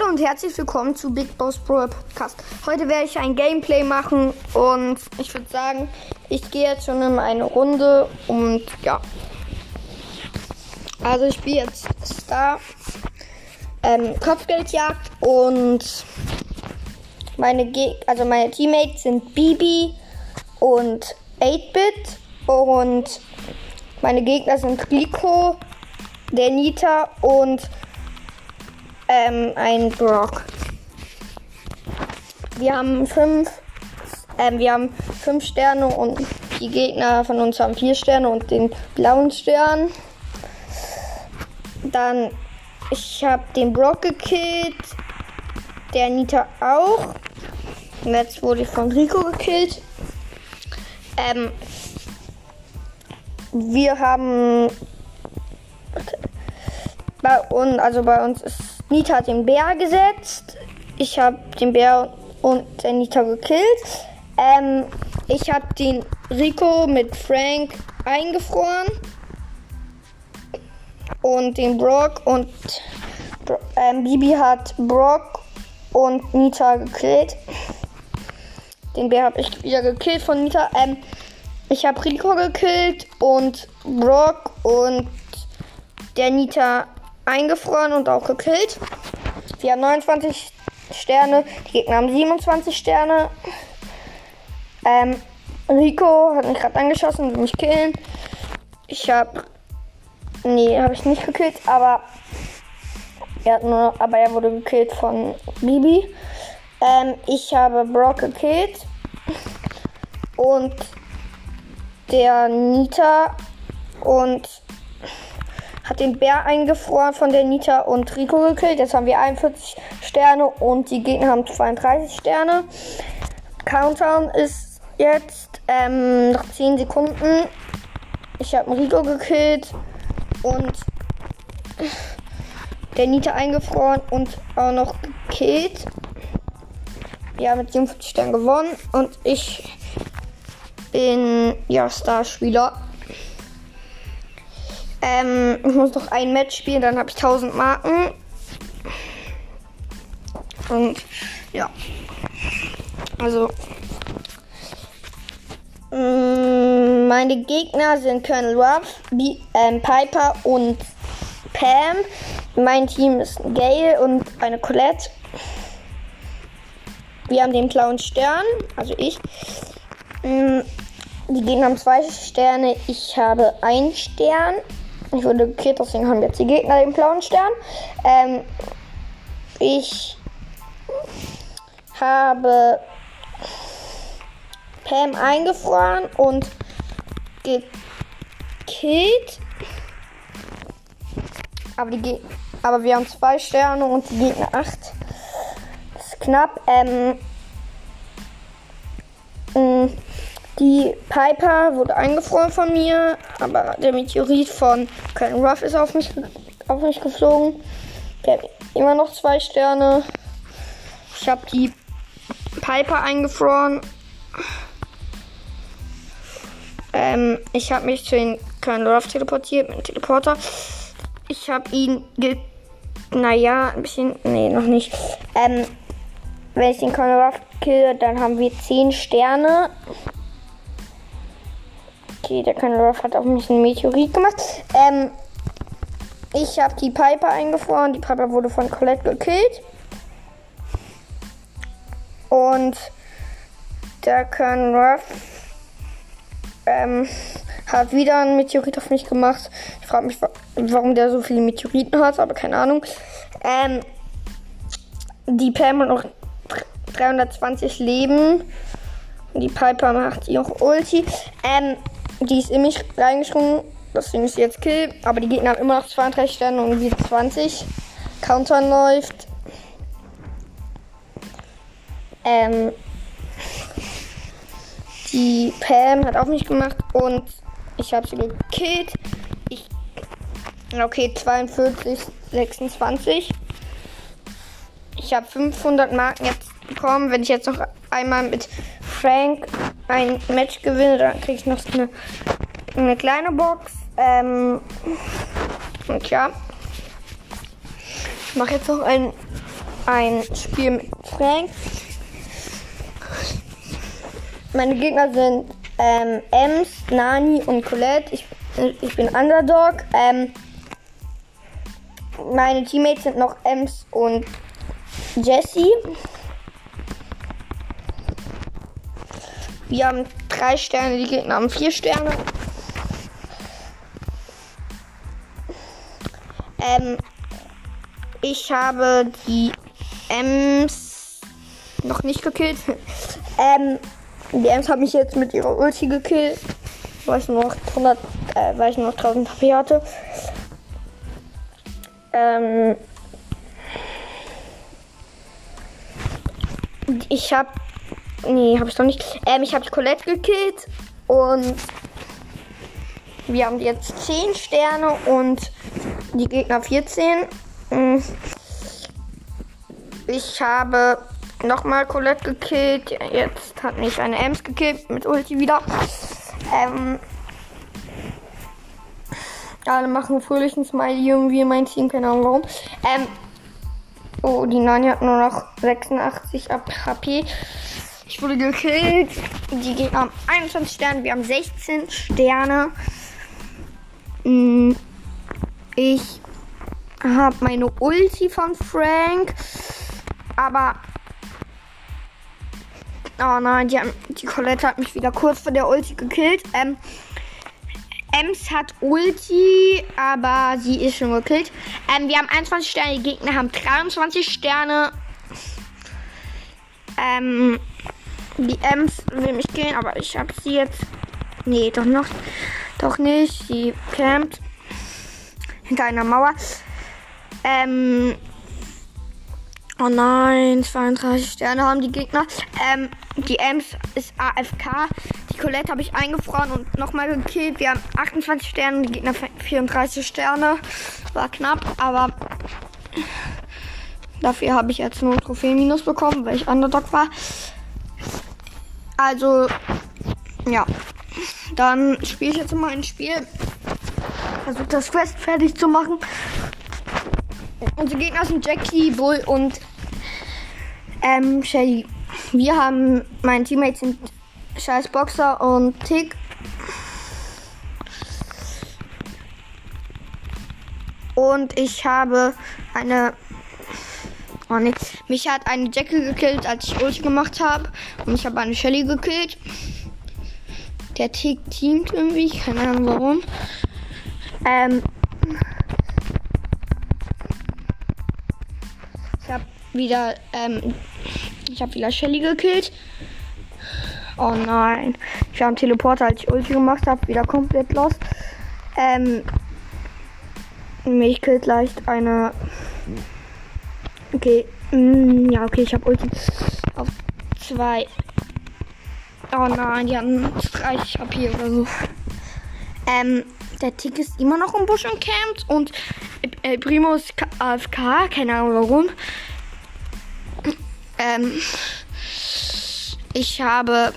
Hallo und herzlich willkommen zu Big Boss Brawl Podcast. Heute werde ich ein Gameplay machen und ich würde sagen, ich gehe jetzt schon in eine Runde und ja. Also ich spiele jetzt Star Kopfgeldjagd und meine Teammates sind Bibi und 8-Bit und meine Gegner sind Rico, der Nita und ein Brock. Wir haben 5 Sterne und die Gegner von uns haben 4 Sterne und den blauen Stern. Dann, ich habe den Brock gekillt, der Nita auch. Und jetzt wurde ich von Rico gekillt. Wir haben bei uns ist Nita hat den Bär gesetzt. Ich habe den Bär und den Nita gekillt. Ich habe den Rico mit Frank eingefroren. Und den Brock und Bibi hat Brock und Nita gekillt. Den Bär habe ich wieder gekillt von Nita. Ich habe Rico gekillt und Brock und der Nita eingefroren und auch gekillt. Wir haben 29 Sterne, die Gegner haben 27 Sterne. Rico hat mich gerade angeschossen und will mich killen. habe ich nicht gekillt, aber er wurde gekillt von Bibi. Ich habe Brock gekillt und der Nita und hat den Bär eingefroren von der Nita und Rico gekillt. Jetzt haben wir 41 Sterne und die Gegner haben 32 Sterne. Countdown ist jetzt noch 10 Sekunden. Ich habe Rico gekillt und der Nita eingefroren und auch noch gekillt. Wir haben mit 57 Sternen gewonnen und ich bin Starspieler. Ich muss noch ein Match spielen, dann habe ich 1000 Marken. Und ja. Also meine Gegner sind Colonel Ruff, Piper und Pam. Mein Team ist Gale und eine Colette. Wir haben den blauen Stern, also ich. Die Gegner haben 2 Sterne, ich habe 1 Stern. Ich wurde gekillt, deswegen haben jetzt die Gegner den blauen Stern. Ich habe Pam eingefroren und gekillt. Aber wir haben 2 Sterne und die Gegner 8. Das ist knapp. Die Piper wurde eingefroren von mir, aber der Meteorit von Colonel Ruff ist auf mich geflogen. Der hat immer noch 2 Sterne. Ich habe die Piper eingefroren. Ich habe mich zu den Colonel Ruff teleportiert mit dem Teleporter. Ich habe ihn ein bisschen, noch nicht. Wenn ich den Colonel Ruff kille, dann haben wir 10 Sterne. Okay, der Colonel Ruff hat auf mich einen Meteorit gemacht. Ich habe die Piper eingefroren. Die Piper wurde von Colette gekillt. Und der Colonel Ruff hat wieder einen Meteorit auf mich gemacht. Ich frage mich, warum der so viele Meteoriten hat, aber keine Ahnung. Die Pam hat noch 320 Leben. Und die Piper macht ihre Ulti. Die ist in mich reingesprungen. Deswegen ist sie jetzt Kill. Aber die Gegner haben immer noch 32 Sterne und wir 20. Countdown läuft. Die Pam hat auf mich gemacht und ich habe sie gekillt. 42, 26. Ich habe 500 Marken jetzt bekommen. Wenn ich jetzt noch einmal mit Frank ein Match gewinne, dann kriege ich noch eine kleine Box. Und ja. Ich mache jetzt noch ein ein Spiel mit Frank. Meine Gegner sind Ems, Nani und Colette. Ich bin Underdog. Meine Teammates sind noch Ems und Jessie. Wir haben 3 Sterne, die Gegner haben 4 Sterne. Ich habe die Ems noch nicht gekillt. Die Ems hat mich jetzt mit ihrer Ulti gekillt, weil ich nur noch 1000 HP hatte. Habe ich noch nicht. Ich habe die Colette gekillt und wir haben jetzt 10 Sterne und die Gegner 14. Ich habe nochmal Colette gekillt. Jetzt hat mich eine Ems gekillt mit Ulti wieder. Alle machen fröhlichen Smiley irgendwie in mein Team, keine Ahnung warum. Die Nani hat nur noch 86 HP. Ich wurde gekillt. Die Gegner haben 21 Sterne. Wir haben 16 Sterne. Ich habe meine Ulti von Frank. Aber oh nein, die Colette hat mich wieder kurz vor der Ulti gekillt. Ems hat Ulti, aber sie ist schon gekillt. Wir haben 21 Sterne, die Gegner haben 23 Sterne. Die Ems will mich killen, aber ich habe sie jetzt. Nee, doch nicht. Sie campt hinter einer Mauer. Oh nein, 32 Sterne haben die Gegner. Die Ems ist AFK. Die Colette habe ich eingefroren und nochmal gekillt. Wir haben 28 Sterne und die Gegner 34 Sterne. War knapp, aber dafür habe ich jetzt nur Trophäen-Minus bekommen, weil ich Underdog war. Also, ja. Dann spiele ich jetzt mal ein Spiel. Versuche das Quest fertig zu machen. Unsere Gegner sind Jackie, Bull und Shelly. Meine Teammates sind Scheiß Boxer und Tick. Und ich habe mich hat eine Jackie gekillt, als ich Ulti gemacht habe. Und ich habe eine Shelly gekillt. Der Tick teamt irgendwie, keine Ahnung warum. Ich habe wieder Shelly gekillt. Oh nein. Ich habe einen Teleporter, als ich Ulti gemacht habe, wieder komplett lost. Mich killt leicht eine. Okay. Ja, okay, ich habe Ulti auf 2. Oh nein, die haben 30 HP oder so. Der Tick ist immer noch im Busch und campt und Primo ist AFK, keine Ahnung warum. Ich habe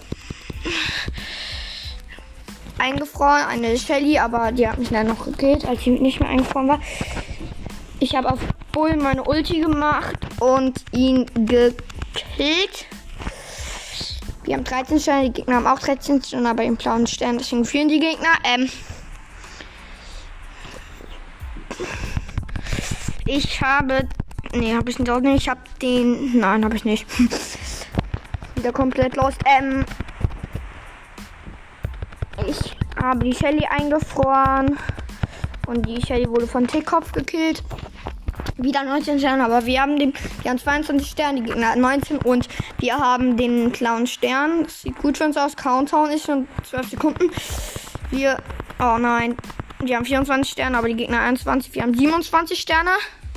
eingefroren, eine Shelly, aber die hat mich dann noch gekillt, als sie nicht mehr eingefroren war. Ich habe auf Bull meine Ulti gemacht und ihn gekillt. Wir haben 13 Sterne, die Gegner haben auch 13 Sterne, aber im blauen Stern, deswegen führen die Gegner. Ich habe. Nee, habe ich nicht. Ich habe den. Nein, habe ich nicht. Wieder komplett lost. Ich habe die Shelly eingefroren. Und die Shelly wurde von Tickkopf gekillt. Wieder 19 Sterne, aber wir haben 22 Sterne, die Gegner 19 und wir haben den blauen Stern. Das sieht gut für uns aus. Countdown ist schon 12 Sekunden. Oh nein, wir haben 24 Sterne, aber die Gegner 21. Wir haben 27 Sterne.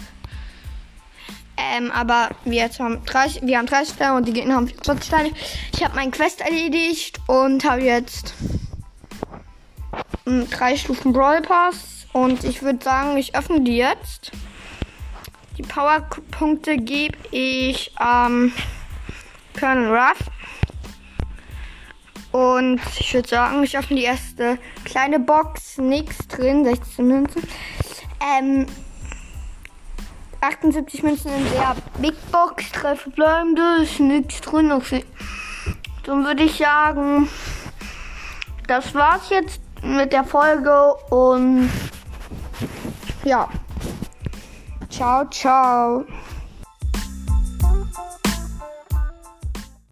Aber wir haben 30 Sterne und die Gegner haben 24 Sterne. Ich habe meinen Quest erledigt und habe jetzt 3 Stufen Brawl Pass. Und ich würde sagen, ich öffne die jetzt. Die Powerpunkte gebe ich Colonel Ruff. Und ich würde sagen, ich öffne die erste kleine Box. Nichts drin, 16 Münzen. 78 Münzen in der Big Box, 3 verbleibende, ist nichts drin. Okay. Dann würde ich sagen, das war's jetzt mit der Folge und ja. Ciao, ciao.